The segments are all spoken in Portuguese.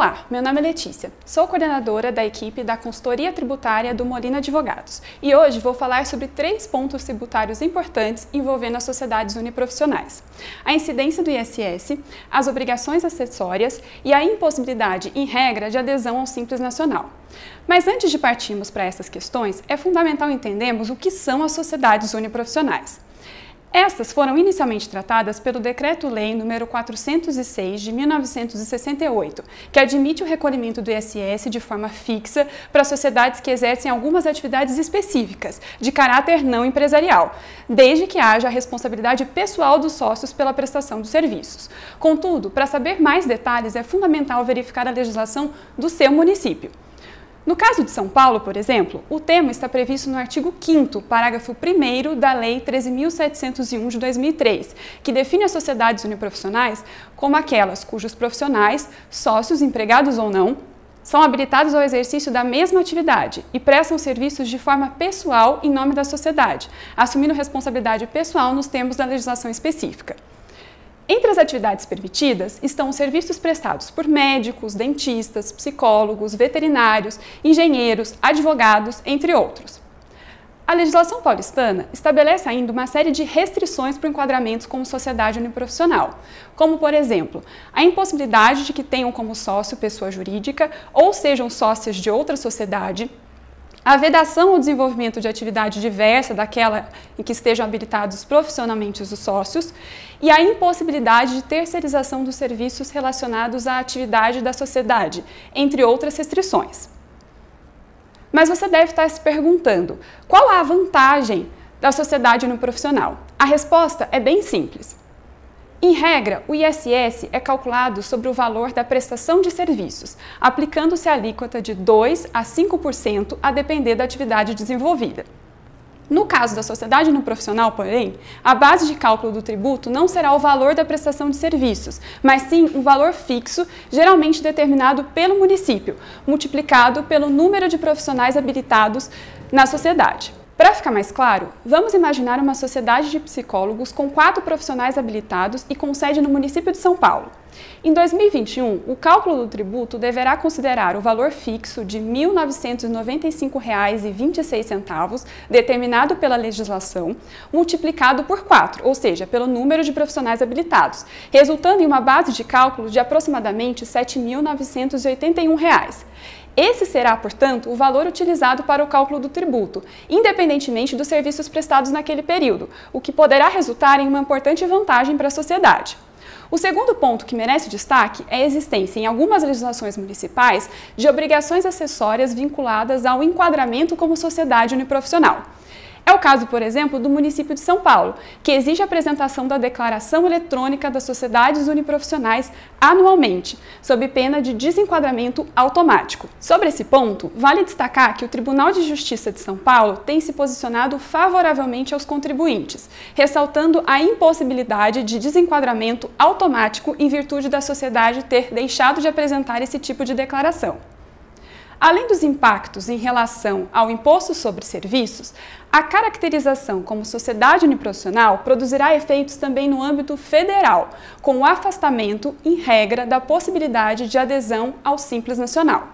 Olá, meu nome é Letícia, sou coordenadora da equipe da consultoria tributária do Molina Advogados e hoje vou falar sobre 3 pontos tributários importantes envolvendo as sociedades uniprofissionais: a incidência do ISS, as obrigações acessórias e a impossibilidade, em regra, de adesão ao Simples Nacional. Mas antes de partirmos para essas questões, é fundamental entendermos o que são as sociedades uniprofissionais. Estas foram inicialmente tratadas pelo Decreto-Lei nº 406 de 1968, que admite o recolhimento do ISS de forma fixa para sociedades que exercem algumas atividades específicas, de caráter não empresarial, desde que haja a responsabilidade pessoal dos sócios pela prestação dos serviços. Contudo, para saber mais detalhes, é fundamental verificar a legislação do seu município. No caso de São Paulo, por exemplo, o tema está previsto no artigo 5º, parágrafo 1º da Lei 13.701 de 2003, que define as sociedades uniprofissionais como aquelas cujos profissionais, sócios, empregados ou não, são habilitados ao exercício da mesma atividade e prestam serviços de forma pessoal em nome da sociedade, assumindo responsabilidade pessoal nos termos da legislação específica. Entre as atividades permitidas estão os serviços prestados por médicos, dentistas, psicólogos, veterinários, engenheiros, advogados, entre outros. A legislação paulistana estabelece ainda uma série de restrições para o enquadramento como sociedade uniprofissional, como, por exemplo, a impossibilidade de que tenham como sócio pessoa jurídica ou sejam sócias de outra sociedade, a vedação ao desenvolvimento de atividade diversa daquela em que estejam habilitados profissionalmente os sócios e a impossibilidade de terceirização dos serviços relacionados à atividade da sociedade, entre outras restrições. Mas você deve estar se perguntando, qual a vantagem da sociedade uniprofissional? A resposta é bem simples. Em regra, o ISS é calculado sobre o valor da prestação de serviços, aplicando-se a alíquota de 2% a 5% a depender da atividade desenvolvida. No caso da sociedade uniprofissional, porém, a base de cálculo do tributo não será o valor da prestação de serviços, mas sim um valor fixo, geralmente determinado pelo município, multiplicado pelo número de profissionais habilitados na sociedade. Para ficar mais claro, vamos imaginar uma sociedade de psicólogos com 4 profissionais habilitados e com sede no município de São Paulo. Em 2021, o cálculo do tributo deverá considerar o valor fixo de R$ 1.995,26, determinado pela legislação, multiplicado por 4, ou seja, pelo número de profissionais habilitados, resultando em uma base de cálculo de aproximadamente R$ 7.981. Esse será, portanto, o valor utilizado para o cálculo do tributo, independentemente dos serviços prestados naquele período, o que poderá resultar em uma importante vantagem para a sociedade. O segundo ponto que merece destaque é a existência em algumas legislações municipais de obrigações acessórias vinculadas ao enquadramento como sociedade uniprofissional. É o caso, por exemplo, do município de São Paulo, que exige a apresentação da declaração eletrônica das sociedades uniprofissionais anualmente, sob pena de desenquadramento automático. Sobre esse ponto, vale destacar que o Tribunal de Justiça de São Paulo tem se posicionado favoravelmente aos contribuintes, ressaltando a impossibilidade de desenquadramento automático em virtude da sociedade ter deixado de apresentar esse tipo de declaração. Além dos impactos em relação ao imposto sobre serviços, a caracterização como sociedade uniprofissional produzirá efeitos também no âmbito federal, com o afastamento, em regra, da possibilidade de adesão ao Simples Nacional.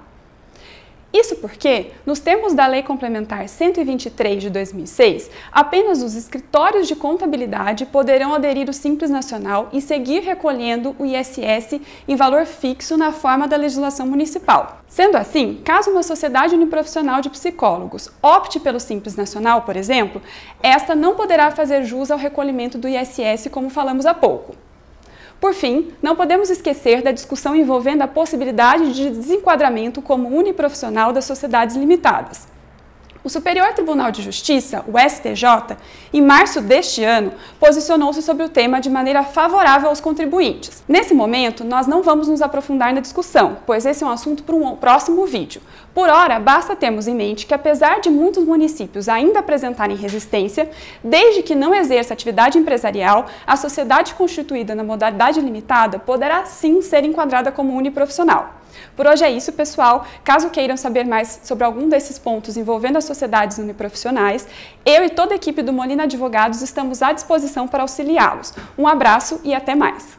Isso porque, nos termos da Lei Complementar 123 de 2006, apenas os escritórios de contabilidade poderão aderir ao Simples Nacional e seguir recolhendo o ISS em valor fixo na forma da legislação municipal. Sendo assim, caso uma sociedade uniprofissional de psicólogos opte pelo Simples Nacional, por exemplo, esta não poderá fazer jus ao recolhimento do ISS, como falamos há pouco. Por fim, não podemos esquecer da discussão envolvendo a possibilidade de desenquadramento como uniprofissional das sociedades limitadas. O Superior Tribunal de Justiça, o STJ, em março deste ano, posicionou-se sobre o tema de maneira favorável aos contribuintes. Nesse momento, nós não vamos nos aprofundar na discussão, pois esse é um assunto para um próximo vídeo. Por ora, basta termos em mente que, apesar de muitos municípios ainda apresentarem resistência, desde que não exerça atividade empresarial, a sociedade constituída na modalidade limitada poderá sim ser enquadrada como uniprofissional. Por hoje é isso, pessoal. Caso queiram saber mais sobre algum desses pontos envolvendo as sociedades uniprofissionais, eu e toda a equipe do Molina Advogados estamos à disposição para auxiliá-los. Um abraço e até mais!